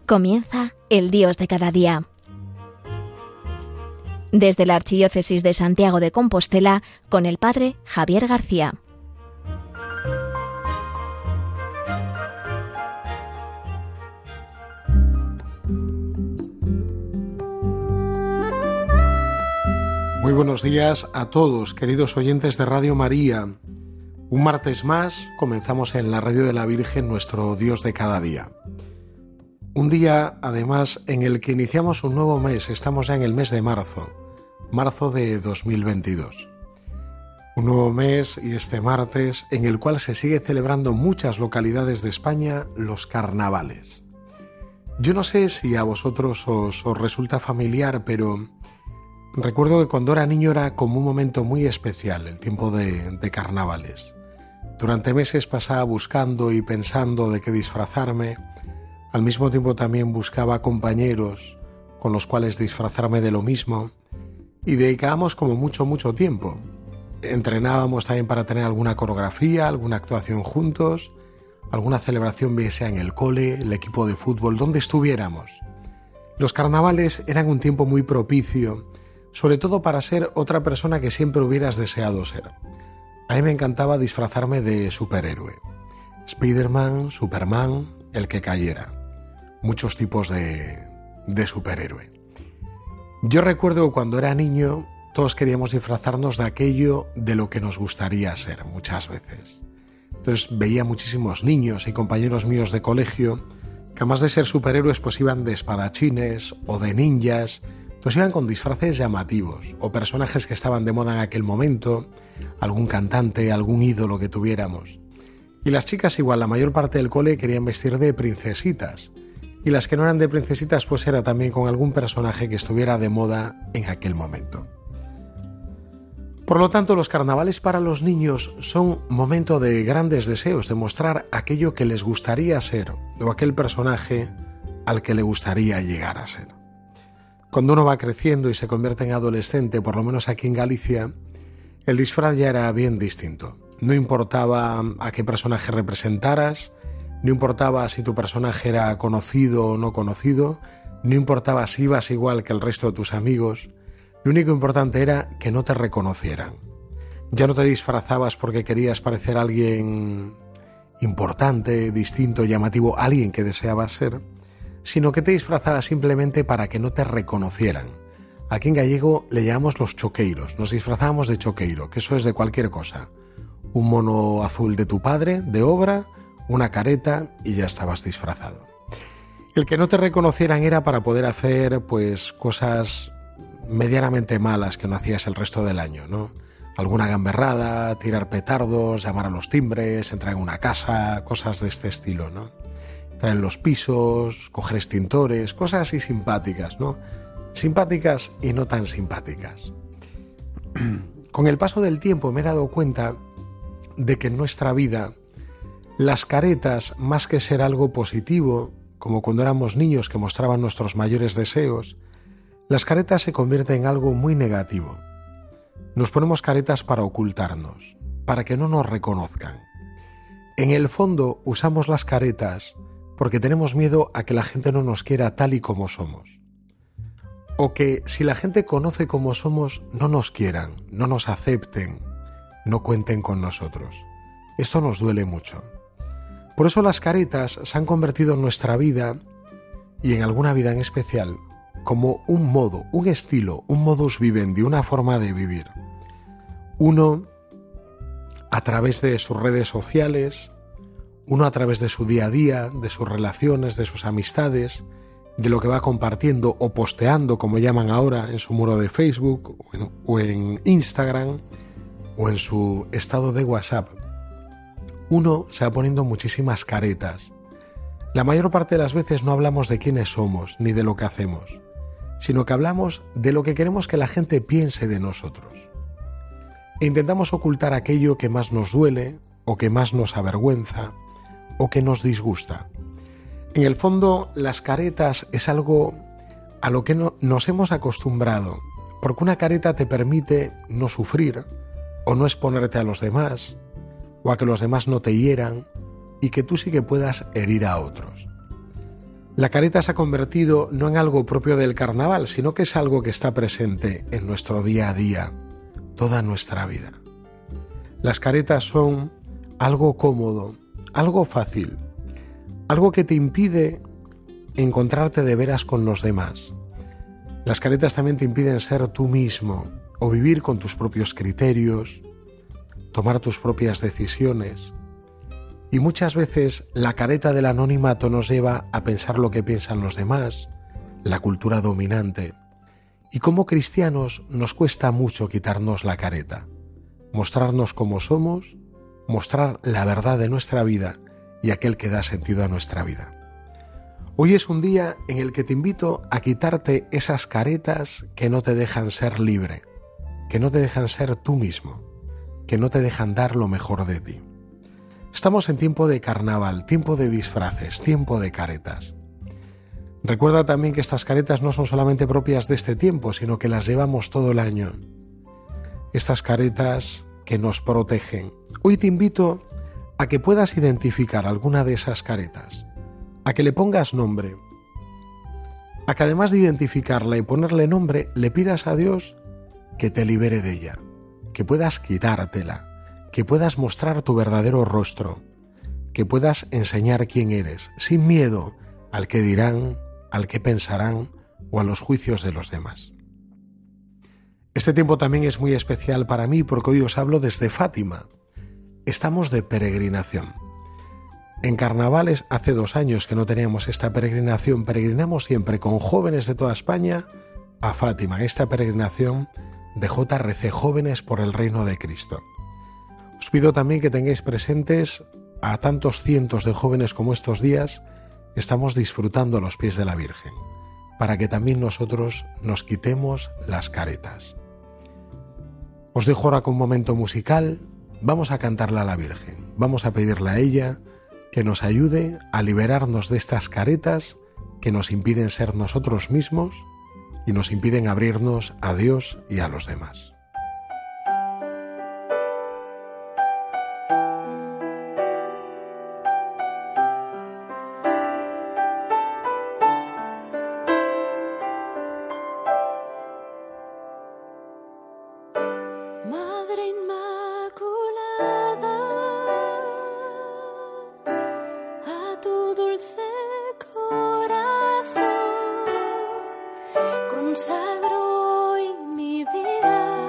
Comienza el Dios de cada día. Desde la Archidiócesis de Santiago de Compostela, con el Padre Javier García. Muy buenos días a todos, queridos oyentes de Radio María. Un martes más comenzamos en la Radio de la Virgen, nuestro Dios de cada día. Un día, además, en el que iniciamos un nuevo mes. Estamos ya en el mes de marzo de 2022. Un nuevo mes y este martes en el cual se sigue celebrando en muchas localidades de España los carnavales. Yo no sé si a vosotros os resulta familiar, pero recuerdo que cuando era niño era como un momento muy especial, el tiempo de carnavales. Durante meses pasaba buscando y pensando de qué disfrazarme. Al mismo tiempo también buscaba compañeros con los cuales disfrazarme de lo mismo y dedicábamos como mucho tiempo. Entrenábamos también para tener alguna coreografía, alguna actuación juntos, alguna celebración, bien sea en el cole, el equipo de fútbol, donde estuviéramos. Los carnavales eran un tiempo muy propicio, sobre todo para ser otra persona que siempre hubieras deseado ser. A mí me encantaba disfrazarme de superhéroe. Spiderman, Superman, el que cayera. Muchos tipos de superhéroe. Yo recuerdo que cuando era niño todos queríamos disfrazarnos de aquello de lo que nos gustaría ser muchas veces. Entonces veía muchísimos niños y compañeros míos de colegio que además de ser superhéroes pues iban de espadachines o de ninjas. Entonces iban con disfraces llamativos o personajes que estaban de moda en aquel momento, algún cantante, algún ídolo que tuviéramos. Y las chicas igual, la mayor parte del cole querían vestir de princesitas. Y las que no eran de princesitas pues era también con algún personaje que estuviera de moda en aquel momento. Por lo tanto, los carnavales para los niños son momento de grandes deseos, de mostrar aquello que les gustaría ser o aquel personaje al que le gustaría llegar a ser. Cuando uno va creciendo y se convierte en adolescente, por lo menos aquí en Galicia, el disfraz ya era bien distinto. No importaba a qué personaje representaras, no importaba si tu personaje era conocido o no conocido, no importaba si ibas igual que el resto de tus amigos, lo único importante era que no te reconocieran. Ya no te disfrazabas porque querías parecer alguien importante, distinto, llamativo, alguien que deseabas ser, sino que te disfrazabas simplemente para que no te reconocieran. Aquí en gallego le llamamos los choqueiros, nos disfrazábamos de choqueiro, que eso es de cualquier cosa. Un mono azul de tu padre, de obra, una careta y ya estabas disfrazado. El que no te reconocieran era para poder hacer pues cosas medianamente malas que no hacías el resto del año, ¿no? Alguna gamberrada, tirar petardos, llamar a los timbres, entrar en una casa, cosas de este estilo, ¿no? Entrar en los pisos, coger extintores, cosas así simpáticas, ¿no? Simpáticas y no tan simpáticas. Con el paso del tiempo me he dado cuenta de que en nuestra vida las caretas, más que ser algo positivo, como cuando éramos niños que mostraban nuestros mayores deseos, las caretas se convierten en algo muy negativo. Nos ponemos caretas para ocultarnos, para que no nos reconozcan. En el fondo usamos las caretas porque tenemos miedo a que la gente no nos quiera tal y como somos. O que si la gente conoce cómo somos, no nos quieran, no nos acepten, no cuenten con nosotros. Esto nos duele mucho. Por eso las caretas se han convertido en nuestra vida, y en alguna vida en especial, como un modo, un estilo, un modus vivendi, una forma de vivir. Uno a través de sus redes sociales, uno a través de su día a día, de sus relaciones, de sus amistades, de lo que va compartiendo o posteando, como llaman ahora, en su muro de Facebook o en Instagram o en su estado de WhatsApp. Uno se va poniendo muchísimas caretas. La mayor parte de las veces no hablamos de quiénes somos ni de lo que hacemos, sino que hablamos de lo que queremos que la gente piense de nosotros. E intentamos ocultar aquello que más nos duele, o que más nos avergüenza, o que nos disgusta. En el fondo, las caretas es algo a lo que nos hemos acostumbrado, porque una careta te permite no sufrir, o no exponerte a los demás, o a que los demás no te hieran, y que tú sí que puedas herir a otros. La careta se ha convertido no en algo propio del carnaval, sino que es algo que está presente en nuestro día a día, toda nuestra vida. Las caretas son algo cómodo, algo fácil, algo que te impide encontrarte de veras con los demás. Las caretas también te impiden ser tú mismo o vivir con tus propios criterios, tomar tus propias decisiones. Y muchas veces la careta del anonimato nos lleva a pensar lo que piensan los demás, la cultura dominante. Y como cristianos nos cuesta mucho quitarnos la careta, mostrarnos como somos, mostrar la verdad de nuestra vida y aquel que da sentido a nuestra vida. Hoy es un día en el que te invito a quitarte esas caretas que no te dejan ser libre, que no te dejan ser tú mismo, que no te dejan dar lo mejor de ti. Estamos en tiempo de carnaval, tiempo de disfraces, tiempo de caretas. Recuerda también que estas caretas no son solamente propias de este tiempo, sino que las llevamos todo el año. Estas caretas que nos protegen. Hoy te invito a que puedas identificar alguna de esas caretas, a que le pongas nombre, a que además de identificarla y ponerle nombre, le pidas a Dios que te libere de ella, que puedas quitártela, que puedas mostrar tu verdadero rostro, que puedas enseñar quién eres, sin miedo al que dirán, al que pensarán o a los juicios de los demás. Este tiempo también es muy especial para mí porque hoy os hablo desde Fátima. Estamos de peregrinación. En carnavales hace 2 años que no teníamos esta peregrinación, peregrinamos siempre con jóvenes de toda España a Fátima, esta peregrinación de JRC, Jóvenes por el Reino de Cristo. Os pido también que tengáis presentes a tantos cientos de jóvenes como estos días estamos disfrutando a los pies de la Virgen, para que también nosotros nos quitemos las caretas. Os dejo ahora con un momento musical, vamos a cantarle a la Virgen, vamos a pedirle a ella que nos ayude a liberarnos de estas caretas que nos impiden ser nosotros mismos y nos impiden abrirnos a Dios y a los demás. Madre Inmaculada, a tu dulce corazón consagro hoy mi vida.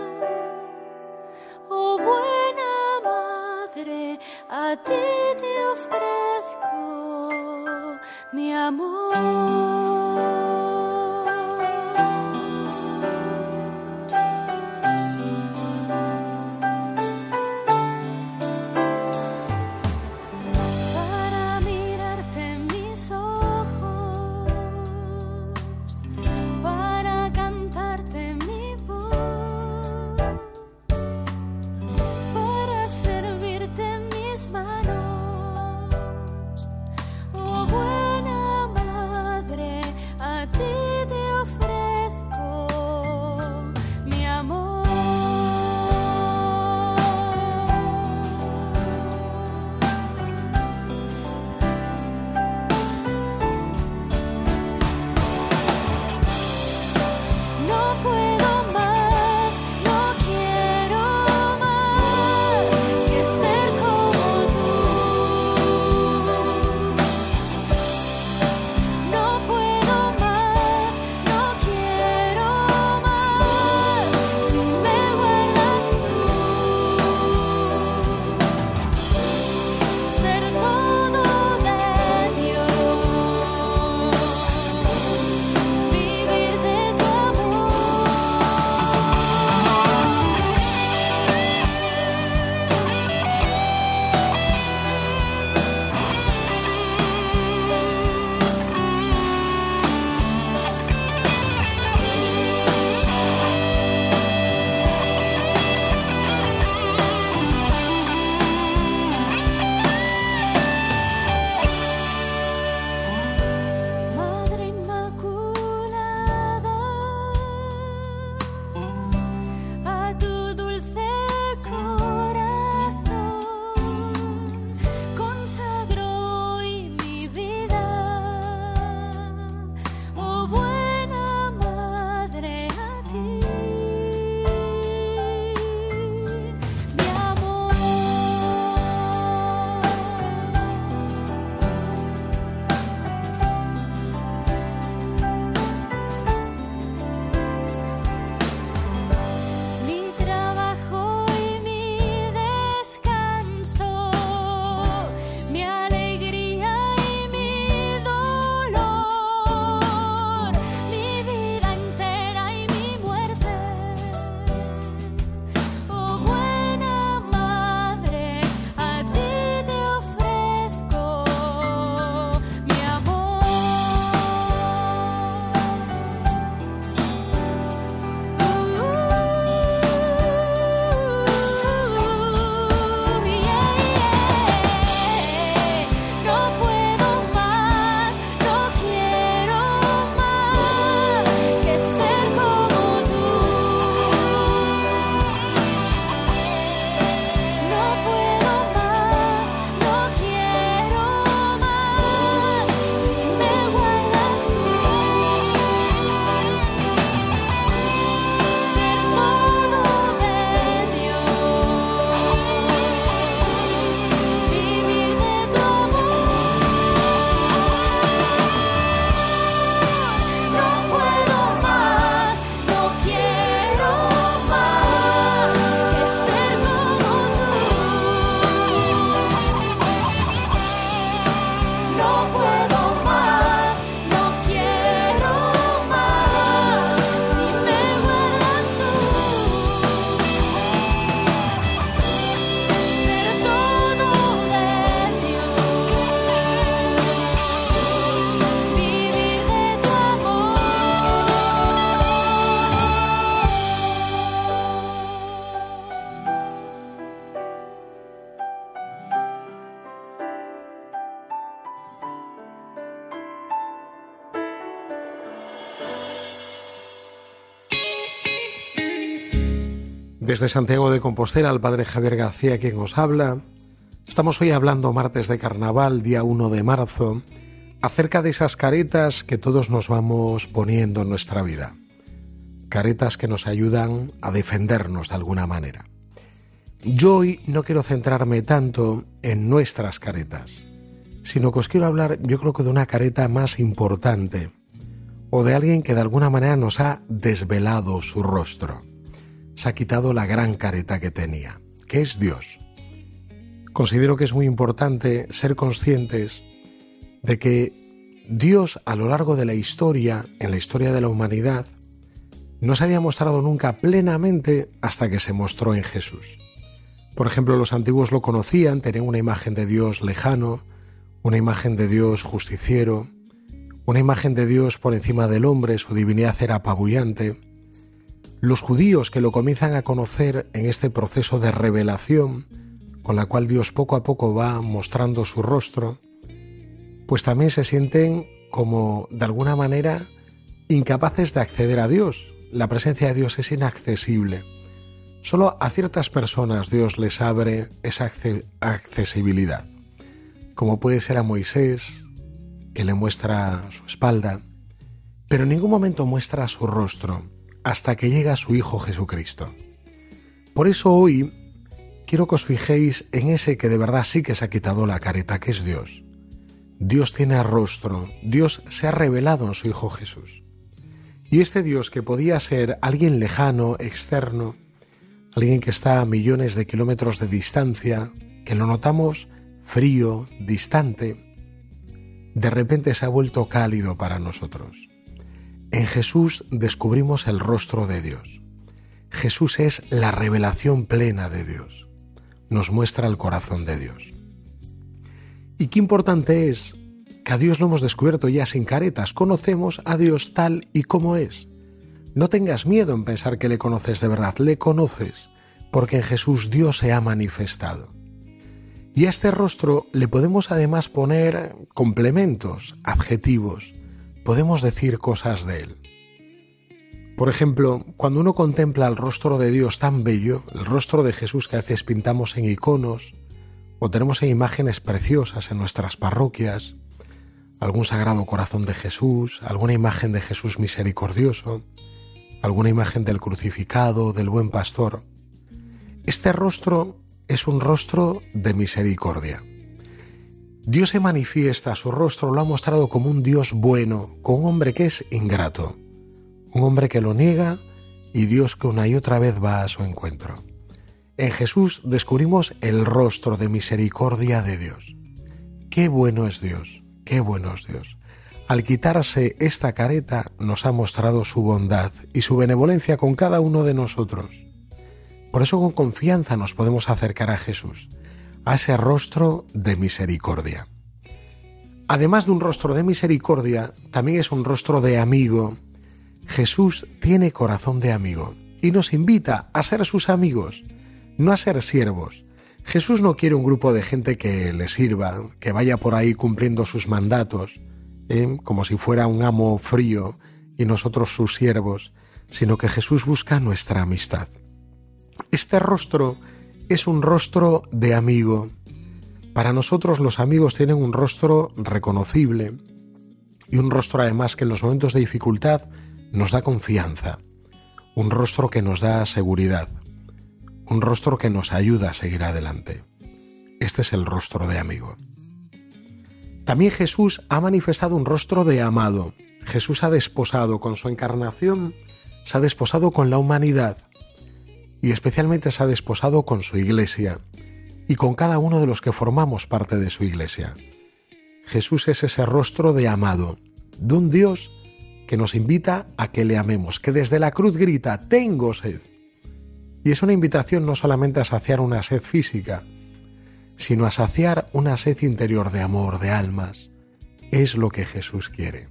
Oh buena Madre, a ti te ofrezco mi amor. Manos, oh buena Madre, Desde Santiago de Compostela, el padre Javier García, quien os habla. Estamos hoy hablando martes de Carnaval, día 1 de marzo, acerca de esas caretas que todos nos vamos poniendo en nuestra vida. Caretas que nos ayudan a defendernos de alguna manera. Yo hoy no quiero centrarme tanto en nuestras caretas, sino que os quiero hablar, yo creo que de una careta más importante, o de alguien que de alguna manera nos ha desvelado su rostro. Se ha quitado la gran careta que tenía, que es Dios. Considero que es muy importante ser conscientes de que Dios a lo largo de la historia, en la historia de la humanidad, no se había mostrado nunca plenamente hasta que se mostró en Jesús. Por ejemplo, los antiguos lo conocían, tenían una imagen de Dios lejano, una imagen de Dios justiciero, una imagen de Dios por encima del hombre, su divinidad era apabullante. Los judíos que lo comienzan a conocer en este proceso de revelación, con la cual Dios poco a poco va mostrando su rostro, pues también se sienten como, de alguna manera, incapaces de acceder a Dios. La presencia de Dios es inaccesible. Solo a ciertas personas Dios les abre esa accesibilidad, como puede ser a Moisés, que le muestra su espalda, pero en ningún momento muestra su rostro, hasta que llega su Hijo Jesucristo. Por eso hoy quiero que os fijéis en ese que de verdad sí que se ha quitado la careta, que es Dios. Dios tiene rostro, Dios se ha revelado en su Hijo Jesús. Y este Dios que podía ser alguien lejano, externo, alguien que está a millones de kilómetros de distancia, que lo notamos frío, distante, de repente se ha vuelto cálido para nosotros. En Jesús descubrimos el rostro de Dios. Jesús es la revelación plena de Dios. Nos muestra el corazón de Dios. Y qué importante es que a Dios lo hemos descubierto ya sin caretas. Conocemos a Dios tal y como es. No tengas miedo en pensar que le conoces de verdad. Le conoces, porque en Jesús Dios se ha manifestado. Y a este rostro le podemos además poner complementos, adjetivos. Podemos decir cosas de él. Por ejemplo, cuando uno contempla el rostro de Dios tan bello, el rostro de Jesús que a veces pintamos en iconos o tenemos en imágenes preciosas en nuestras parroquias, algún Sagrado Corazón de Jesús, alguna imagen de Jesús misericordioso, alguna imagen del crucificado, del buen pastor. Este rostro es un rostro de misericordia. Dios se manifiesta, su rostro lo ha mostrado como un Dios bueno, con un hombre que es ingrato, un hombre que lo niega y Dios que una y otra vez va a su encuentro. En Jesús descubrimos el rostro de misericordia de Dios. ¡Qué bueno es Dios! ¡Qué bueno es Dios! Al quitarse esta careta nos ha mostrado su bondad y su benevolencia con cada uno de nosotros. Por eso con confianza nos podemos acercar a Jesús, a ese rostro de misericordia. Además de un rostro de misericordia, también es un rostro de amigo. Jesús tiene corazón de amigo y nos invita a ser sus amigos, no a ser siervos. Jesús no quiere un grupo de gente que le sirva, que vaya por ahí cumpliendo sus mandatos, como si fuera un amo frío y nosotros sus siervos, sino que Jesús busca nuestra amistad. Este rostro es un rostro de amigo. Para nosotros los amigos tienen un rostro reconocible y un rostro además que en los momentos de dificultad nos da confianza, un rostro que nos da seguridad, un rostro que nos ayuda a seguir adelante. Este es el rostro de amigo. También Jesús ha manifestado un rostro de amado. Jesús ha desposado con su encarnación, se ha desposado con la humanidad y especialmente se ha desposado con su iglesia y con cada uno de los que formamos parte de su iglesia. Jesús es ese rostro de amado, de un Dios que nos invita a que le amemos, que desde la cruz grita, tengo sed. Y es una invitación no solamente a saciar una sed física, sino a saciar una sed interior de amor, de almas. Es lo que Jesús quiere.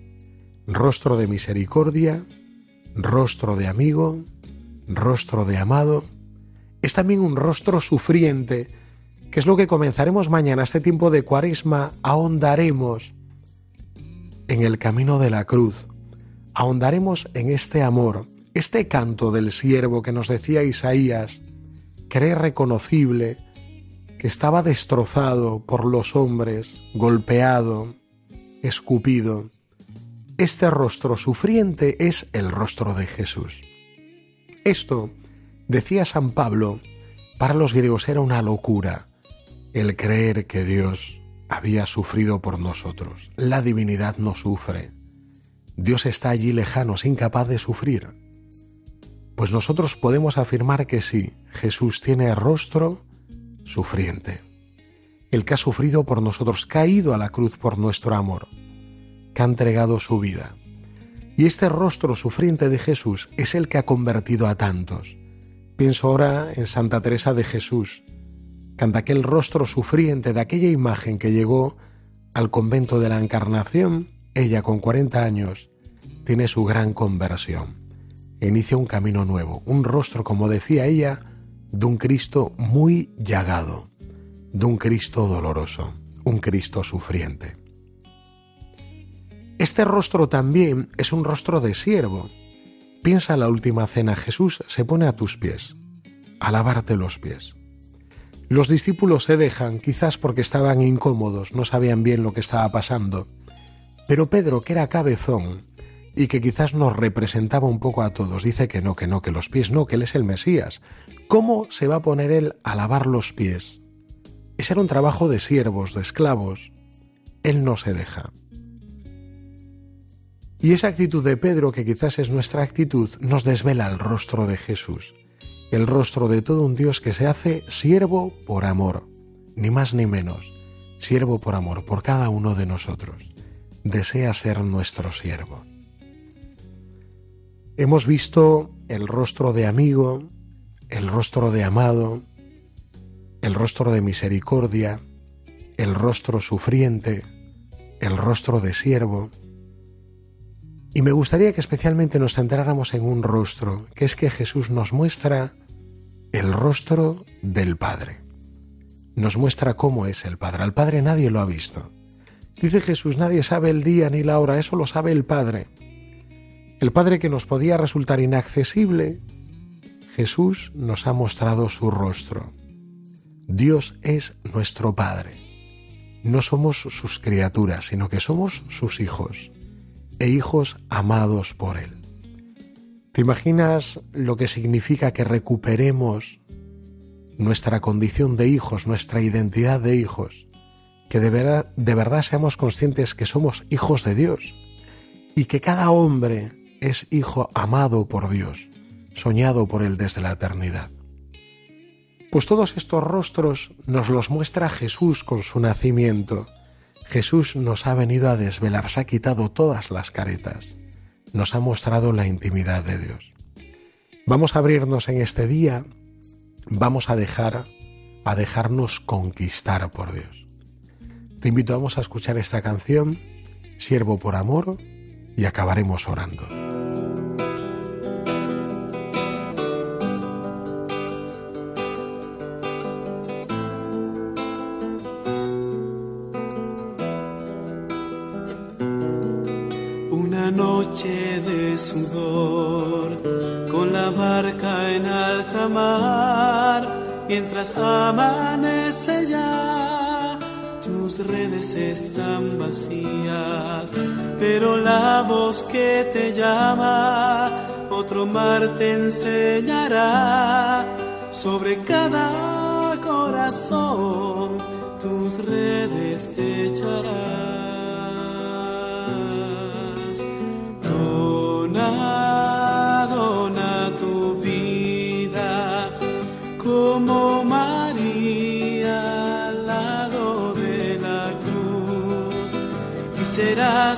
Rostro de misericordia, rostro de amigo, rostro de amado. Es también un rostro sufriente, que es lo que comenzaremos mañana, este tiempo de Cuaresma, ahondaremos en el camino de la cruz, ahondaremos en este amor Este canto del siervo que nos decía Isaías, que era irreconocible, que estaba destrozado por los hombres, golpeado, escupido. Este rostro sufriente es el rostro de Jesús. Esto, decía San Pablo, para los griegos era una locura, el creer que Dios había sufrido por nosotros. La divinidad no sufre. Dios está allí lejano, es incapaz de sufrir. Pues nosotros podemos afirmar que sí, Jesús tiene rostro sufriente. El que ha sufrido por nosotros, que ha ido a la cruz por nuestro amor, que ha entregado su vida. Y este rostro sufriente de Jesús es el que ha convertido a tantos. Pienso ahora en Santa Teresa de Jesús, que ante aquel rostro sufriente de aquella imagen que llegó al convento de la Encarnación, ella con 40 años tiene su gran conversión. Inicia un camino nuevo, un rostro, como decía ella, de un Cristo muy llagado, de un Cristo doloroso, un Cristo sufriente. Este rostro también es un rostro de siervo. Piensa en la última cena, Jesús se pone a tus pies, a lavarte los pies. Los discípulos se dejan, quizás porque estaban incómodos, no sabían bien lo que estaba pasando. Pero Pedro, que era cabezón y que quizás nos representaba un poco a todos, dice que no, que los pies no, que él es el Mesías. ¿Cómo se va a poner él a lavar los pies? Ese era un trabajo de siervos, de esclavos. Él no se deja. Y esa actitud de Pedro, que quizás es nuestra actitud, nos desvela el rostro de Jesús. El rostro de todo un Dios que se hace siervo por amor, ni más ni menos, siervo por amor, por cada uno de nosotros. Desea ser nuestro siervo. Hemos visto el rostro de amigo, el rostro de amado, el rostro de misericordia, el rostro sufriente, el rostro de siervo. Y me gustaría que especialmente nos centráramos en un rostro, que es que Jesús nos muestra el rostro del Padre. Nos muestra cómo es el Padre. Al Padre nadie lo ha visto. Dice Jesús, nadie sabe el día ni la hora, eso lo sabe el Padre. El Padre que nos podía resultar inaccesible, Jesús nos ha mostrado su rostro. Dios es nuestro Padre. No somos sus criaturas, sino que somos sus hijos. E hijos amados por Él. ¿Te imaginas lo que significa que recuperemos nuestra condición de hijos, nuestra identidad de hijos? Que de verdad seamos conscientes que somos hijos de Dios y que cada hombre es hijo amado por Dios, soñado por Él desde la eternidad. Pues todos estos rostros nos los muestra Jesús con su nacimiento. Jesús nos ha venido a desvelar, se ha quitado todas las caretas, nos ha mostrado la intimidad de Dios. Vamos a abrirnos en este día, vamos a dejarnos conquistar por Dios. Te invitamos a escuchar esta canción, Siervo por Amor, y acabaremos orando. Una noche de sudor, con la barca en alta mar, mientras amanece ya, tus redes están vacías, pero la voz que te llama, otro mar te enseñará, sobre cada corazón tus redes echarás. Dona tu vida como María al lado de la cruz y serás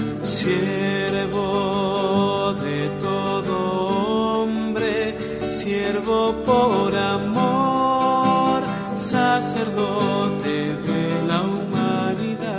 siervo de todo hombre, siervo por amor, sacerdote de la humanidad.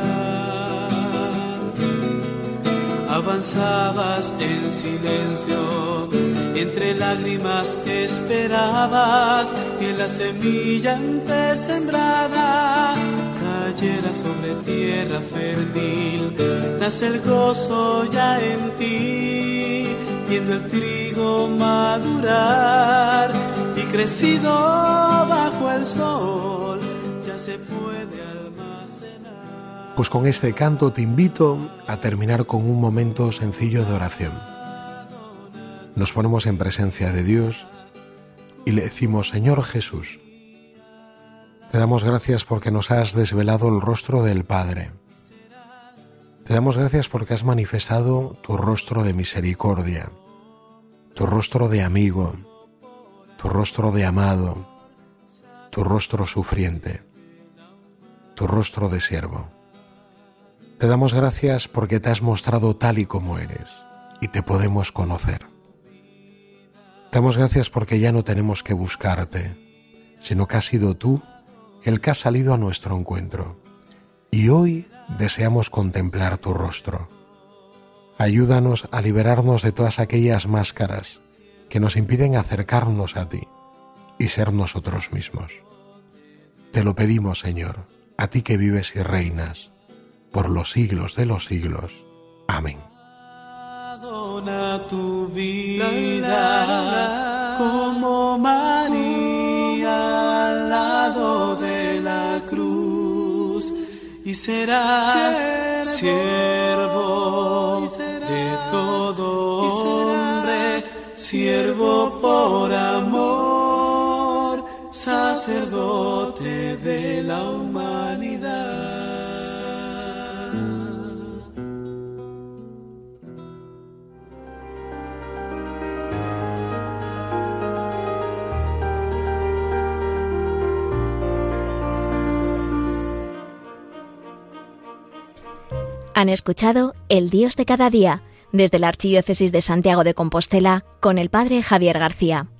Avanzabas en silencio, entre lágrimas esperabas que la semilla antes sembrada cayera sobre tierra fértil. Nace el gozo ya en ti, viendo el trigo madurar, y crecido bajo el sol ya se puede almacenar. Pues con este canto te invito a terminar con un momento sencillo de oración. Nos ponemos en presencia de Dios y le decimos: Señor Jesús, te damos gracias porque nos has desvelado el rostro del Padre. Te damos gracias porque has manifestado tu rostro de misericordia, tu rostro de amigo, tu rostro de amado, tu rostro sufriente, tu rostro de siervo. Te damos gracias porque te has mostrado tal y como eres y te podemos conocer. Te damos gracias porque ya no tenemos que buscarte, sino que has sido tú el que has salido a nuestro encuentro. Y hoy deseamos contemplar tu rostro. Ayúdanos a liberarnos de todas aquellas máscaras que nos impiden acercarnos a ti y ser nosotros mismos. Te lo pedimos, Señor, a ti que vives y reinas por los siglos de los siglos. Amén. Dona tu vida como María al lado de la cruz, y serás siervo de todo hombre, siervo por amor, sacerdote de la humanidad. Han escuchado El Dios de cada día, desde la Archidiócesis de Santiago de Compostela, con el Padre Javier García.